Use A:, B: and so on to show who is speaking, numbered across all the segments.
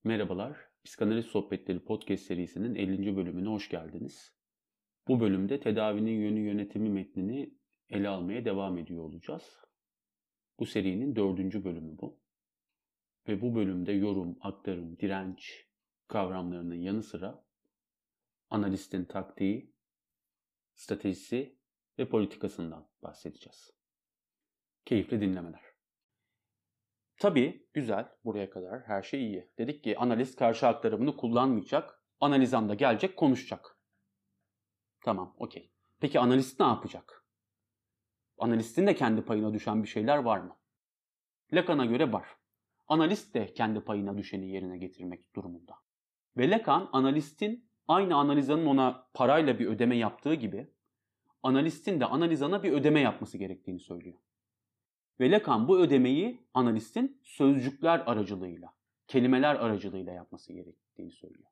A: Merhabalar, Psikanaliz Sohbetleri podcast serisinin 50. bölümüne hoş geldiniz. Bu bölümde tedavinin yönü yönetimi metnini ele almaya devam ediyor olacağız. Bu serinin 4. bölümü bu. Ve bu bölümde yorum, aktarım, direnç kavramlarının yanı sıra analistin taktiği, stratejisi ve politikasından bahsedeceğiz. Keyifli dinlemeler. Tabii güzel, buraya kadar her şey iyi. Dedik ki analist karşı aktarımını kullanmayacak, analizan da gelecek konuşacak. Tamam, okey. Peki analist ne yapacak? Analistin de kendi payına düşen bir şeyler var mı? Lacan'a göre var. Analist de kendi payına düşeni yerine getirmek durumunda. Ve Lacan, analistin aynı analizanın ona parayla bir ödeme yaptığı gibi, analistin de analizana bir ödeme yapması gerektiğini söylüyor. Ve Lacan bu ödemeyi analistin sözcükler aracılığıyla, kelimeler aracılığıyla yapması gerektiğini söylüyor.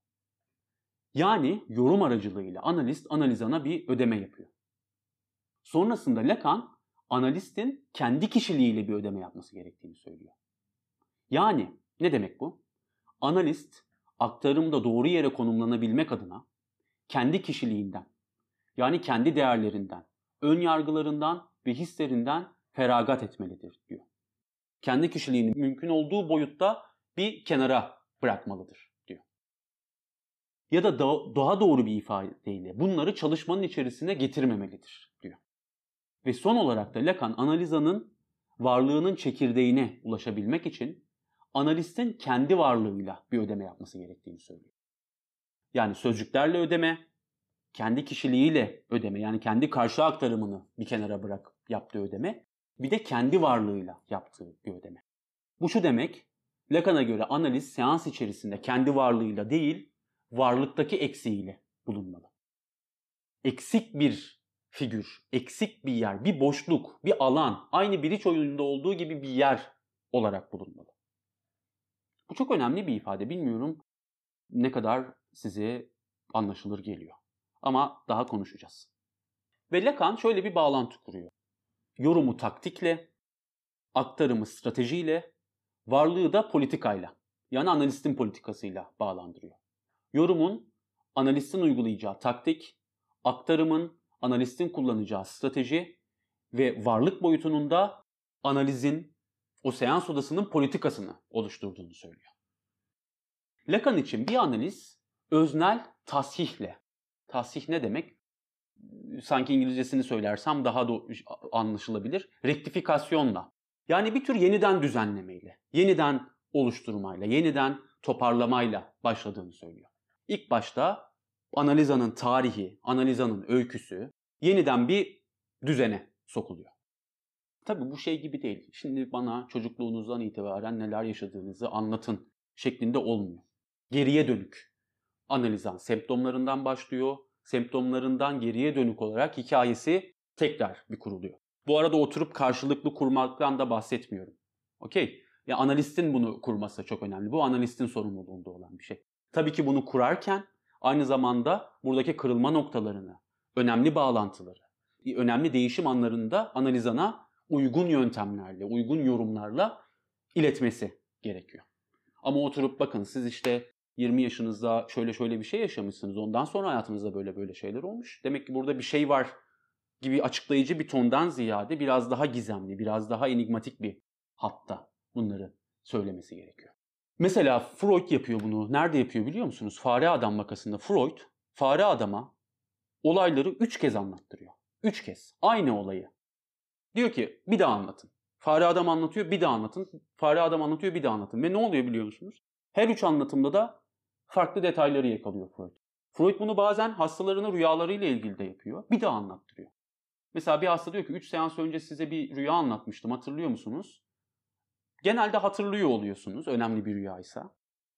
A: Yani yorum aracılığıyla analist analizana bir ödeme yapıyor. Sonrasında Lacan, analistin kendi kişiliğiyle bir ödeme yapması gerektiğini söylüyor. Yani ne demek bu? Analist aktarımda doğru yere konumlanabilmek adına kendi kişiliğinden, yani kendi değerlerinden, ön yargılarından ve hislerinden feragat etmelidir diyor. Kendi kişiliğini mümkün olduğu boyutta bir kenara bırakmalıdır diyor. Ya da daha doğru bir ifadeyle bunları çalışmanın içerisine getirmemelidir diyor. Ve son olarak da Lacan analizanın varlığının çekirdeğine ulaşabilmek için analistin kendi varlığıyla bir ödeme yapması gerektiğini söylüyor. Yani sözcüklerle ödeme, kendi kişiliğiyle ödeme, yani kendi karşı aktarımını bir kenara bırak yaptığı ödeme, bir de kendi varlığıyla yaptığı bir ödeme. Bu şu demek, Lacan'a göre analiz seans içerisinde kendi varlığıyla değil, varlıktaki eksiğiyle bulunmalı. Eksik bir figür, eksik bir yer, bir boşluk, bir alan, aynı bridge oyununda olduğu gibi bir yer olarak bulunmalı. Bu çok önemli bir ifade. Bilmiyorum ne kadar size anlaşılır geliyor. Ama daha konuşacağız. Ve Lacan şöyle bir bağlantı kuruyor. Yorumu taktikle, aktarımı stratejiyle, varlığı da politikayla, yani analistin politikasıyla bağlandırıyor. Yorumun analistin uygulayacağı taktik, aktarımın analistin kullanacağı strateji ve varlık boyutunun da analizin, o seans odasının politikasını oluşturduğunu söylüyor. Lacan için bir analiz öznel tashihle. Tasih ne demek? Sanki İngilizcesini söylersem daha da anlaşılabilir. Rektifikasyonla. Yani bir tür yeniden düzenlemeyle, yeniden oluşturmayla, yeniden toparlamayla başladığını söylüyor. İlk başta analizanın tarihi, analizanın öyküsü yeniden bir düzene sokuluyor. Tabii bu şey gibi değil. Şimdi bana çocukluğunuzdan itibaren neler yaşadığınızı anlatın şeklinde olmuyor. Geriye dönük. Analizan semptomlarından başlıyor. Semptomlarından geriye dönük olarak hikayesi tekrar bir kuruluyor. Bu arada oturup karşılıklı kurmaktan da bahsetmiyorum. Okey? Ya analistin bunu kurması çok önemli. Bu analistin sorumluluğunda olan bir şey. Tabii ki bunu kurarken aynı zamanda buradaki kırılma noktalarını, önemli bağlantıları, önemli değişim anlarında analizana uygun yöntemlerle, uygun yorumlarla iletmesi gerekiyor. Ama oturup bakın siz işte 20 yaşınızda şöyle bir şey yaşamışsınız. Ondan sonra hayatınızda böyle şeyler olmuş. Demek ki burada bir şey var gibi açıklayıcı bir tondan ziyade biraz daha gizemli, biraz daha enigmatik bir hatta bunları söylemesi gerekiyor. Mesela Freud yapıyor bunu. Nerede yapıyor biliyor musunuz? Fare Adam vakasında Freud fare adama olayları 3 kez anlattırıyor. 3 kez. Aynı olayı. Diyor ki bir daha anlatın. Fare adam anlatıyor, bir daha anlatın. Fare adam anlatıyor, bir daha anlatın. Ve ne oluyor biliyor musunuz? Her 3 anlatımda da farklı detayları yakalıyor Freud. Freud bunu bazen hastalarının rüyalarıyla ilgili de yapıyor. Bir daha anlattırıyor. Mesela bir hasta diyor ki 3 seans önce size bir rüya anlatmıştım, hatırlıyor musunuz? Genelde hatırlıyor oluyorsunuz, önemli bir rüyaysa.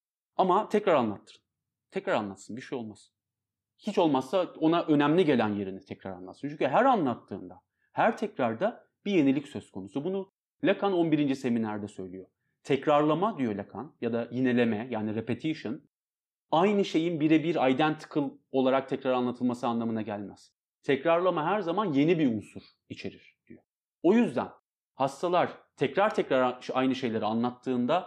A: Ama tekrar anlattırın. Tekrar anlatsın, bir şey olmaz. Hiç olmazsa ona önemli gelen yerini tekrar anlatsın. Çünkü her anlattığında, her tekrarda bir yenilik söz konusu. Bunu Lacan 11. seminerde söylüyor. Tekrarlama diyor Lacan ya da yineleme yani repetition aynı şeyin birebir identical olarak tekrar anlatılması anlamına gelmez. Tekrarlama her zaman yeni bir unsur içerir diyor. O yüzden hastalar tekrar aynı şeyleri anlattığında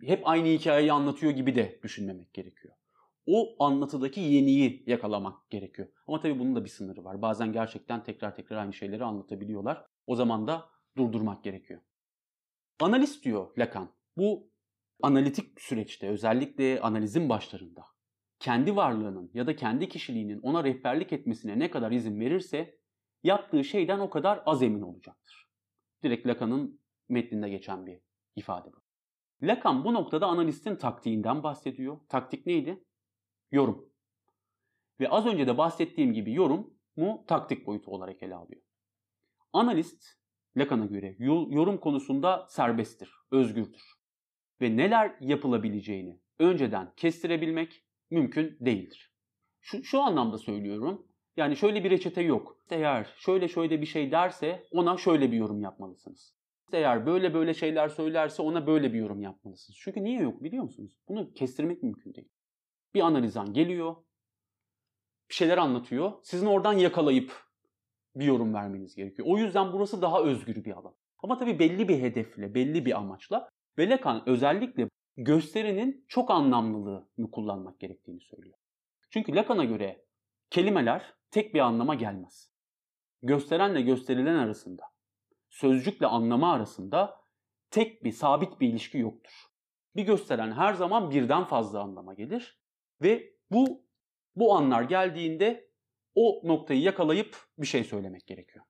A: hep aynı hikayeyi anlatıyor gibi de düşünmemek gerekiyor. O anlatıdaki yeniyi yakalamak gerekiyor. Ama tabii bunun da bir sınırı var. Bazen gerçekten tekrar tekrar aynı şeyleri anlatabiliyorlar. O zaman da durdurmak gerekiyor. Analist diyor Lacan. Bu analitik süreçte, özellikle analizin başlarında kendi varlığının ya da kendi kişiliğinin ona rehberlik etmesine ne kadar izin verirse yaptığı şeyden o kadar az emin olacaktır. Direkt Lacan'ın metninde geçen bir ifade bu. Lacan bu noktada analistin taktiğinden bahsediyor. Taktik neydi? Yorum. Ve az önce de bahsettiğim gibi yorumu taktik boyutu olarak ele alıyor. Analist Lacan'a göre yorum konusunda serbesttir, özgürdür. Ve neler yapılabileceğini önceden kestirebilmek mümkün değildir. Şu anlamda söylüyorum. Yani şöyle bir reçete yok. Eğer şöyle bir şey derse ona şöyle bir yorum yapmalısınız. Eğer böyle şeyler söylerse ona böyle bir yorum yapmalısınız. Çünkü niye yok biliyor musunuz? Bunu kestirmek mümkün değil. Bir analizan geliyor, bir şeyler anlatıyor. Sizin oradan yakalayıp bir yorum vermeniz gerekiyor. O yüzden burası daha özgür bir alan. Ama tabii belli bir hedefle, belli bir amaçla ve Lacan özellikle gösterinin çok anlamlılığını kullanmak gerektiğini söylüyor. Çünkü Lacan'a göre kelimeler tek bir anlama gelmez. Gösterenle gösterilen arasında, sözcükle anlama arasında tek bir, sabit bir ilişki yoktur. Bir gösteren her zaman birden fazla anlama gelir ve bu anlar geldiğinde o noktayı yakalayıp bir şey söylemek gerekiyor.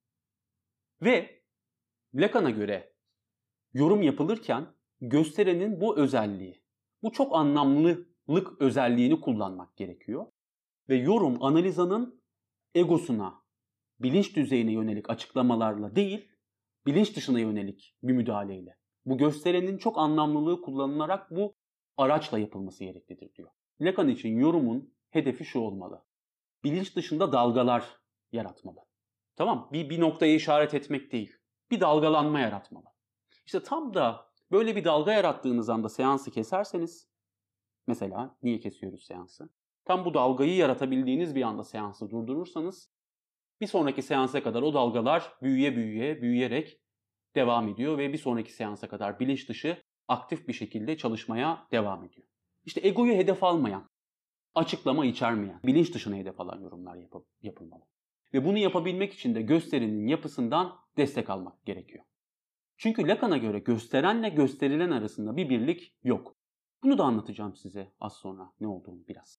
A: Ve Lacan'a göre yorum yapılırken gösterenin bu özelliği, bu çok anlamlılık özelliğini kullanmak gerekiyor. Ve yorum analizanın egosuna, bilinç düzeyine yönelik açıklamalarla değil, bilinç dışına yönelik bir müdahaleyle. Bu gösterenin çok anlamlılığı kullanılarak bu araçla yapılması gereklidir diyor. Lacan için yorumun hedefi şu olmalı. Bilinç dışında dalgalar yaratmalı. Tamam, bir noktaya işaret etmek değil. Bir dalgalanma yaratmalı. İşte tam da böyle bir dalga yarattığınız anda seansı keserseniz, mesela niye kesiyoruz seansı? Tam bu dalgayı yaratabildiğiniz bir anda seansı durdurursanız, bir sonraki seansa kadar o dalgalar büyüyerek devam ediyor ve bir sonraki seansa kadar bilinç dışı aktif bir şekilde çalışmaya devam ediyor. İşte egoyu hedef almayan, açıklama içermeyen, bilinç dışına hedef alan yorumlar yapılmalı. Ve bunu yapabilmek için de gösterinin yapısından destek almak gerekiyor. Çünkü Lacan'a göre gösterenle gösterilen arasında bir birlik yok. Bunu da anlatacağım size az sonra ne olduğunu biraz.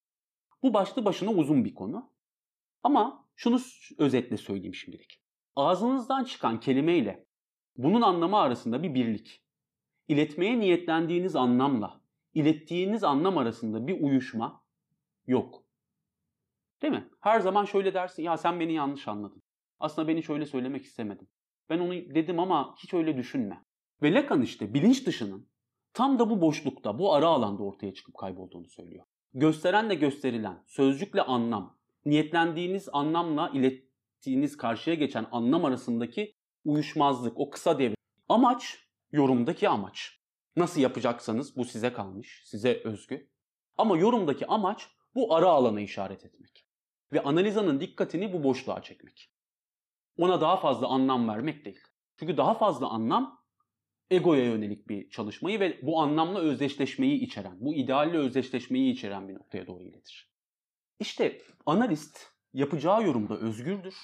A: Bu başlı başına uzun bir konu. Ama şunu özetle söyleyeyim şimdilik. Ağzınızdan çıkan kelimeyle bunun anlamı arasında bir birlik. İletmeye niyetlendiğiniz anlamla ilettiğiniz anlam arasında bir uyuşma yok. Değil mi? Her zaman şöyle dersin, ya sen beni yanlış anladın. Aslında beni şöyle söylemek istemedim. Ben onu dedim ama hiç öyle düşünme. Ve Lacan işte bilinç dışının tam da bu boşlukta, bu ara alanda ortaya çıkıp kaybolduğunu söylüyor. Gösterenle gösterilen, sözcükle anlam, niyetlendiğiniz anlamla ilettiğiniz karşıya geçen anlam arasındaki uyuşmazlık, o kısa devre. Amaç, yorumdaki amaç. Nasıl yapacaksanız bu size kalmış, size özgü. Ama yorumdaki amaç bu ara alana işaret etmek. Ve analizanın dikkatini bu boşluğa çekmek. Ona daha fazla anlam vermek değil. Çünkü daha fazla anlam egoya yönelik bir çalışmayı ve bu anlamla özdeşleşmeyi içeren, bu idealle özdeşleşmeyi içeren bir noktaya doğru iletir. İşte analist yapacağı yorumda özgürdür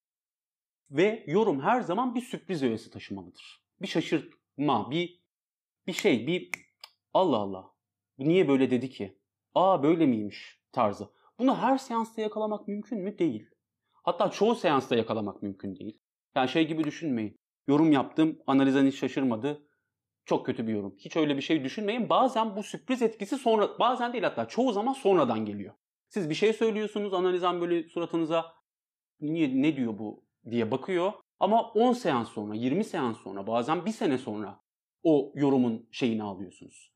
A: ve yorum her zaman bir sürpriz öğesi taşımalıdır. Bir şaşırtma, bir Allah Allah, bu niye böyle dedi ki? Böyle miymiş tarzı. Bunu her seansta yakalamak mümkün mü? Değil. Hatta çoğu seansta yakalamak mümkün değil. Yani şey gibi düşünmeyin. Yorum yaptım, analizan hiç şaşırmadı. Çok kötü bir yorum. Hiç öyle bir şey düşünmeyin. Bazen bu sürpriz etkisi bazen değil hatta çoğu zaman sonradan geliyor. Siz bir şey söylüyorsunuz, analizan böyle suratınıza ne diyor bu diye bakıyor. Ama 10 seans sonra, 20 seans sonra, bazen bir sene sonra o yorumun şeyini alıyorsunuz.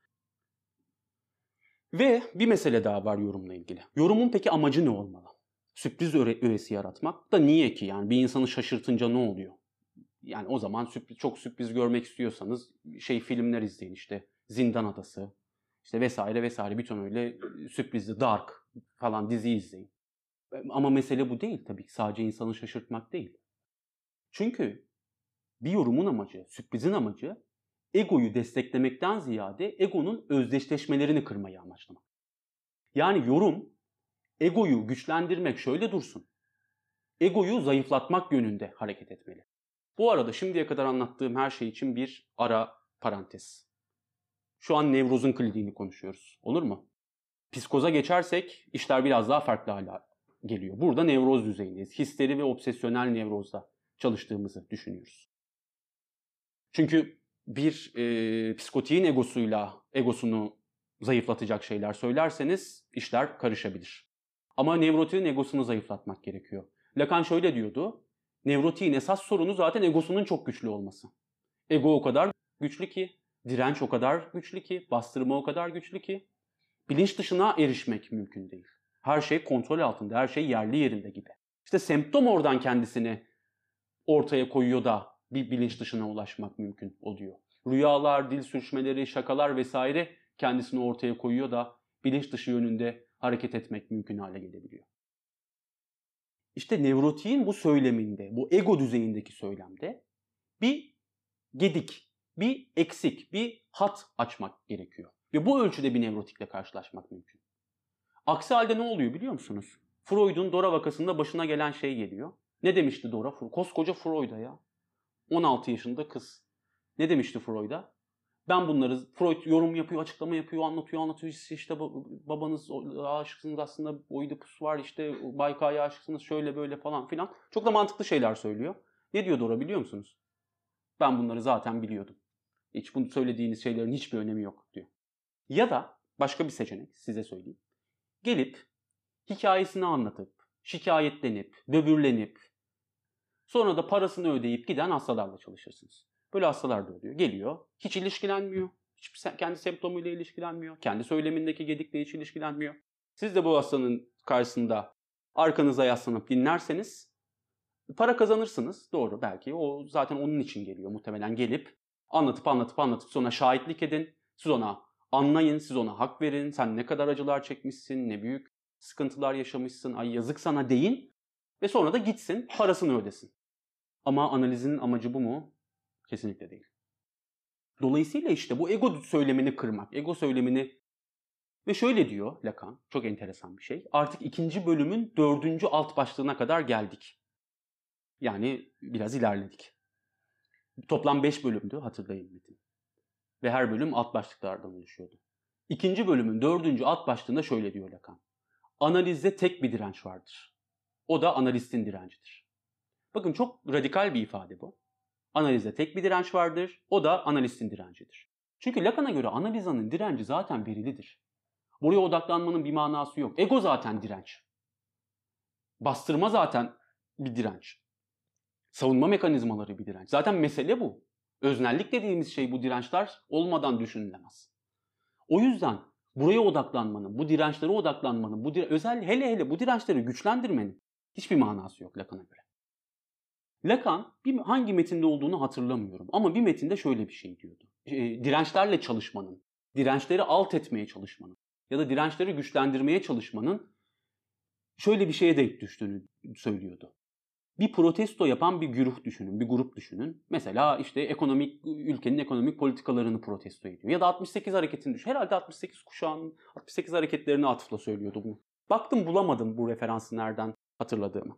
A: Ve bir mesele daha var yorumla ilgili. Yorumun peki amacı ne olmalı? Sürpriz öğesi yaratmak da niye ki? Yani bir insanı şaşırtınca ne oluyor? Yani o zaman çok sürpriz görmek istiyorsanız filmler izleyin işte. Zindan Adası işte vesaire bir ton öyle sürprizli Dark falan dizi izleyin. Ama mesele bu değil tabii ki. Sadece insanı şaşırtmak değil. Çünkü bir yorumun amacı, sürprizin amacı egoyu desteklemekten ziyade egonun özdeşleşmelerini kırmayı amaçlamak. Yani yorum, egoyu güçlendirmek şöyle dursun. Egoyu zayıflatmak yönünde hareket etmeli. Bu arada şimdiye kadar anlattığım her şey için bir ara parantez. Şu an nevrozun kliniğini konuşuyoruz. Olur mu? Psikoza geçersek işler biraz daha farklı hale geliyor. Burada nevroz düzeyindeyiz. Histeri ve obsesyonel nevrozda çalıştığımızı düşünüyoruz. Çünkü bir psikotiğin egosunu zayıflatacak şeyler söylerseniz işler karışabilir. Ama nevrotiğin egosunu zayıflatmak gerekiyor. Lacan şöyle diyordu. Nevrotiğin esas sorunu zaten egosunun çok güçlü olması. Ego o kadar güçlü ki, direnç o kadar güçlü ki, bastırma o kadar güçlü ki bilinç dışına erişmek mümkün değil. Her şey kontrol altında, her şey yerli yerinde gibi. İşte semptom oradan kendisini ortaya koyuyor da bir bilinç dışına ulaşmak mümkün oluyor. Rüyalar, dil sürçmeleri, şakalar vesaire kendisini ortaya koyuyor da bilinç dışı yönünde hareket etmek mümkün hale gelebiliyor. İşte nevrotiğin bu söyleminde, bu ego düzeyindeki söylemde bir gedik, bir eksik, bir hat açmak gerekiyor. Ve bu ölçüde bir nevrotikle karşılaşmak mümkün. Aksi halde ne oluyor biliyor musunuz? Freud'un Dora vakasında başına gelen şey geliyor. Ne demişti Dora? Koskoca Freud'a ya. 16 yaşında kız. Ne demişti Freud'a? Ben bunları, Freud yorum yapıyor, açıklama yapıyor, anlatıyor. İşte babanız aşıksınız aslında, Oidipus var, işte Bayka'ya aşıksınız, şöyle böyle falan filan. Çok da mantıklı şeyler söylüyor. Ne diyor Dora biliyor musunuz? Ben bunları zaten biliyordum. Hiç bunu söylediğiniz şeylerin hiçbir önemi yok diyor. Ya da başka bir seçenek size söyleyeyim. Gelip hikayesini anlatıp, şikayetlenip, böbürlenip, sonra da parasını ödeyip giden hastalarla çalışırsınız. Böyle hastalar da oluyor. Geliyor, hiç ilişkilenmiyor. Hiç kendi semptomuyla ilişkilenmiyor. Kendi söylemindeki gedikle hiç ilişkilenmiyor. Siz de bu hastanın karşısında arkanıza yaslanıp dinlerseniz para kazanırsınız. Doğru belki. O zaten onun için geliyor. Muhtemelen gelip anlatıp sonra şahitlik edin. Siz ona anlayın, siz ona hak verin. Sen ne kadar acılar çekmişsin, ne büyük sıkıntılar yaşamışsın. Ay yazık sana deyin. Ve sonra da gitsin, parasını ödesin. Ama analizin amacı bu mu? Kesinlikle değil. Dolayısıyla işte bu ego söylemini kırmak, ego söylemini ve şöyle diyor Lacan, çok enteresan bir şey. Artık 2. bölümün 4. alt başlığına kadar geldik. Yani biraz ilerledik. Toplam 5 bölümdü hatırlayın metin. Ve her bölüm alt başlıklardan oluşuyordu. 2. bölümün 4. alt başlığında şöyle diyor Lacan. Analizde tek bir direnç vardır. O da analistin direncidir. Bakın çok radikal bir ifade bu. Analizde tek bir direnç vardır. O da analistin direncidir. Çünkü Lacan'a göre analizanın direnci zaten verilidir. Buraya odaklanmanın bir manası yok. Ego zaten direnç. Bastırma zaten bir direnç. Savunma mekanizmaları bir direnç. Zaten mesele bu. Öznellik dediğimiz şey bu dirençler olmadan düşünülemez. O yüzden buraya odaklanmanın, bu dirençlere odaklanmanın, hele bu dirençleri güçlendirmenin hiçbir manası yok Lacan'a göre. Lacan hangi metinde olduğunu hatırlamıyorum ama bir metinde şöyle bir şey diyordu. Dirençlerle çalışmanın, dirençleri alt etmeye çalışmanın ya da dirençleri güçlendirmeye çalışmanın şöyle bir şeye denk düştüğünü söylüyordu. Bir protesto yapan bir güruh düşünün, bir grup düşünün. Mesela işte ülkenin ekonomik politikalarını protesto ediyor. Ya da 68 hareketini düşün. Herhalde 68 kuşağının 68 hareketlerini atıfla söylüyordu bunu. Baktım bulamadım bu referansı nereden hatırladığımı.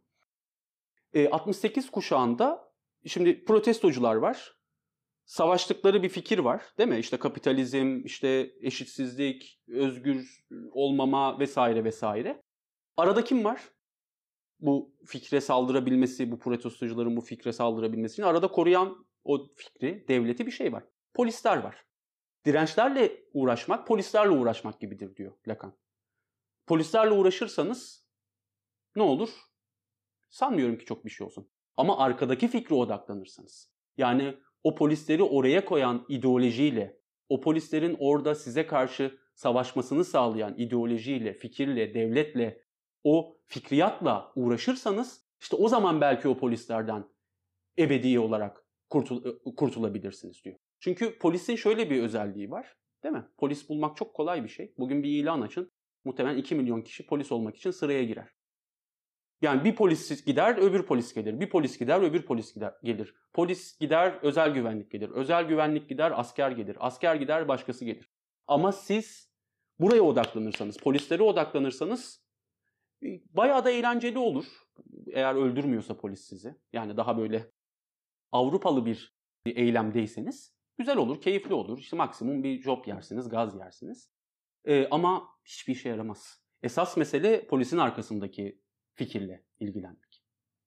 A: 68 kuşağında şimdi protestocular var. Savaştıkları bir fikir var, değil mi? İşte kapitalizm, işte eşitsizlik, özgür olmama vesaire vesaire. Arada kim var? Bu fikre saldırabilmesi, bu protestocuların bu fikre saldırabilmesi için arada koruyan o fikri, devleti bir şey var. Polisler var. Dirençlerle uğraşmak, polislerle uğraşmak gibidir diyor Lacan. Polislerle uğraşırsanız ne olur? Sanmıyorum ki çok bir şey olsun. Ama arkadaki fikre odaklanırsanız, yani o polisleri oraya koyan ideolojiyle, o polislerin orada size karşı savaşmasını sağlayan ideolojiyle, fikirle, devletle, o fikriyatla uğraşırsanız, işte o zaman belki o polislerden ebedi olarak kurtulabilirsiniz diyor. Çünkü polisin şöyle bir özelliği var, değil mi? Polis bulmak çok kolay bir şey. Bugün bir ilan açın, muhtemelen 2 milyon kişi polis olmak için sıraya girer. Yani bir polis gider, öbür polis gelir. Bir polis gider, öbür polis gelir. Polis gider, özel güvenlik gelir. Özel güvenlik gider, asker gelir. Asker gider, başkası gelir. Ama siz buraya odaklanırsanız, polislere odaklanırsanız bayağı da eğlenceli olur. Eğer öldürmüyorsa polis sizi. Yani daha böyle Avrupalı bir eylemdeyseniz güzel olur, keyifli olur. İşte maksimum bir job yersiniz, gaz yersiniz. Ama hiçbir işe yaramaz. Esas mesele polisin arkasındaki fikirle ilgilenmek.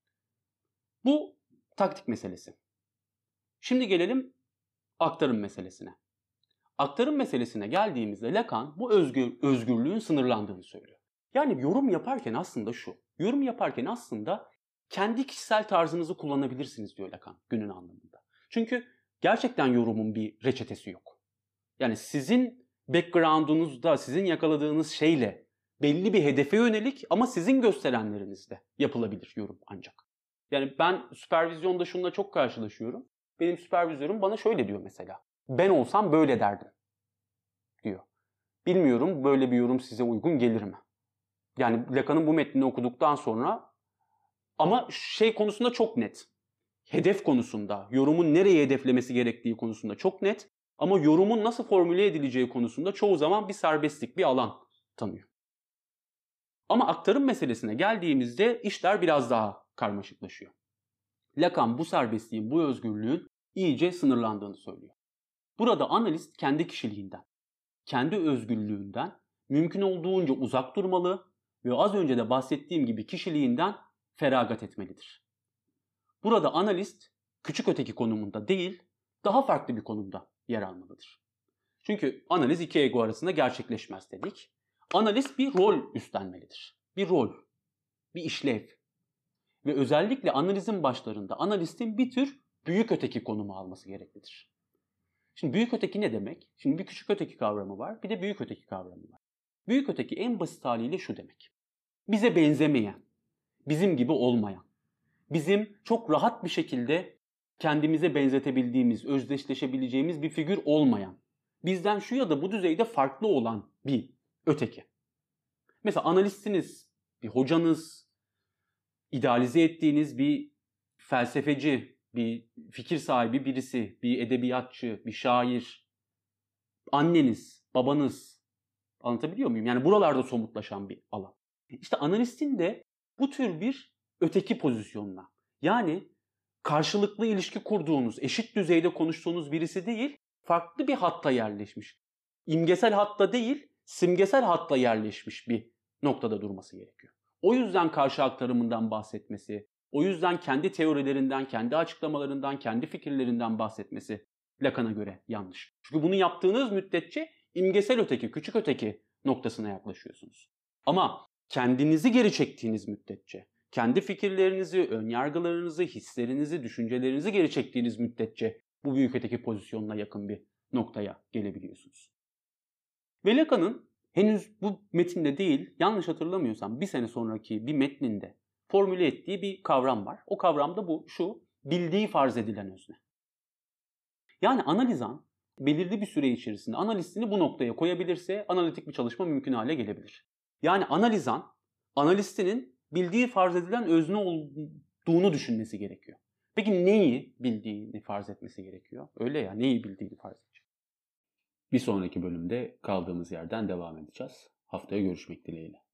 A: Bu taktik meselesi. Şimdi gelelim aktarım meselesine. Aktarım meselesine geldiğimizde Lacan bu özgürlüğün sınırlandığını söylüyor. Yani yorum yaparken aslında şu. Yorum yaparken aslında kendi kişisel tarzınızı kullanabilirsiniz diyor Lacan günün anlamında. Çünkü gerçekten yorumun bir reçetesi yok. Yani sizin background'unuzda, sizin yakaladığınız şeyle belli bir hedefe yönelik ama sizin gösterenlerinizde yapılabilir yorum ancak. Yani ben süpervizyonda şununla çok karşılaşıyorum. Benim süpervizörüm bana şöyle diyor mesela. Ben olsam böyle derdim diyor. Bilmiyorum böyle bir yorum size uygun gelir mi? Yani Lacan'ın bu metnini okuduktan sonra ama şey konusunda çok net. Hedef konusunda, yorumun nereye hedeflemesi gerektiği konusunda çok net. Ama yorumun nasıl formüle edileceği konusunda çoğu zaman bir serbestlik, bir alan tanıyor. Ama aktarım meselesine geldiğimizde işler biraz daha karmaşıklaşıyor. Lacan bu serbestliğin, bu özgürlüğün iyice sınırlandığını söylüyor. Burada analist kendi kişiliğinden, kendi özgürlüğünden mümkün olduğunca uzak durmalı ve az önce de bahsettiğim gibi kişiliğinden feragat etmelidir. Burada analist küçük öteki konumunda değil, daha farklı bir konumda yer almalıdır. Çünkü analiz iki ego arasında gerçekleşmez dedik. Analist bir rol üstlenmelidir. Bir rol, bir işlev. Ve özellikle analizin başlarında analistin bir tür büyük öteki konumu alması gereklidir. Şimdi büyük öteki ne demek? Şimdi bir küçük öteki kavramı var, bir de büyük öteki kavramı var. Büyük öteki en basit haliyle şu demek. Bize benzemeyen, bizim gibi olmayan, bizim çok rahat bir şekilde kendimize benzetebildiğimiz, özdeşleşebileceğimiz bir figür olmayan, bizden şu ya da bu düzeyde farklı olan bir öteki. Mesela analistiniz, bir hocanız, idealize ettiğiniz bir felsefeci, bir fikir sahibi birisi, bir edebiyatçı, bir şair, anneniz, babanız, anlatabiliyor muyum? Yani buralarda somutlaşan bir alan. İşte analistin de bu tür bir öteki pozisyonuna, yani karşılıklı ilişki kurduğunuz, eşit düzeyde konuştuğunuz birisi değil, farklı bir hatta yerleşmiş. İmgesel hatta değil, simgesel hatta yerleşmiş bir noktada durması gerekiyor. O yüzden karşı aktarımından bahsetmesi, o yüzden kendi teorilerinden, kendi açıklamalarından, kendi fikirlerinden bahsetmesi Lacan'a göre yanlış. Çünkü bunu yaptığınız müddetçe imgesel öteki, küçük öteki noktasına yaklaşıyorsunuz. Ama kendinizi geri çektiğiniz müddetçe, kendi fikirlerinizi, önyargılarınızı, hislerinizi, düşüncelerinizi geri çektiğiniz müddetçe bu büyük öteki pozisyonuna yakın bir noktaya gelebiliyorsunuz. Ve Lacan'ın henüz bu metinde değil, yanlış hatırlamıyorsam bir sene sonraki bir metninde formüle ettiği bir kavram var. O kavram da bu, şu, bildiği farz edilen özne. Yani analizan belirli bir süre içerisinde analistini bu noktaya koyabilirse analitik bir çalışma mümkün hale gelebilir. Yani analizan, analistinin bildiği farz edilen özne olduğunu düşünmesi gerekiyor. Peki neyi bildiğini farz etmesi gerekiyor? Öyle ya, neyi bildiğini farz edecek. Bir sonraki bölümde kaldığımız yerden devam edeceğiz. Haftaya görüşmek dileğiyle.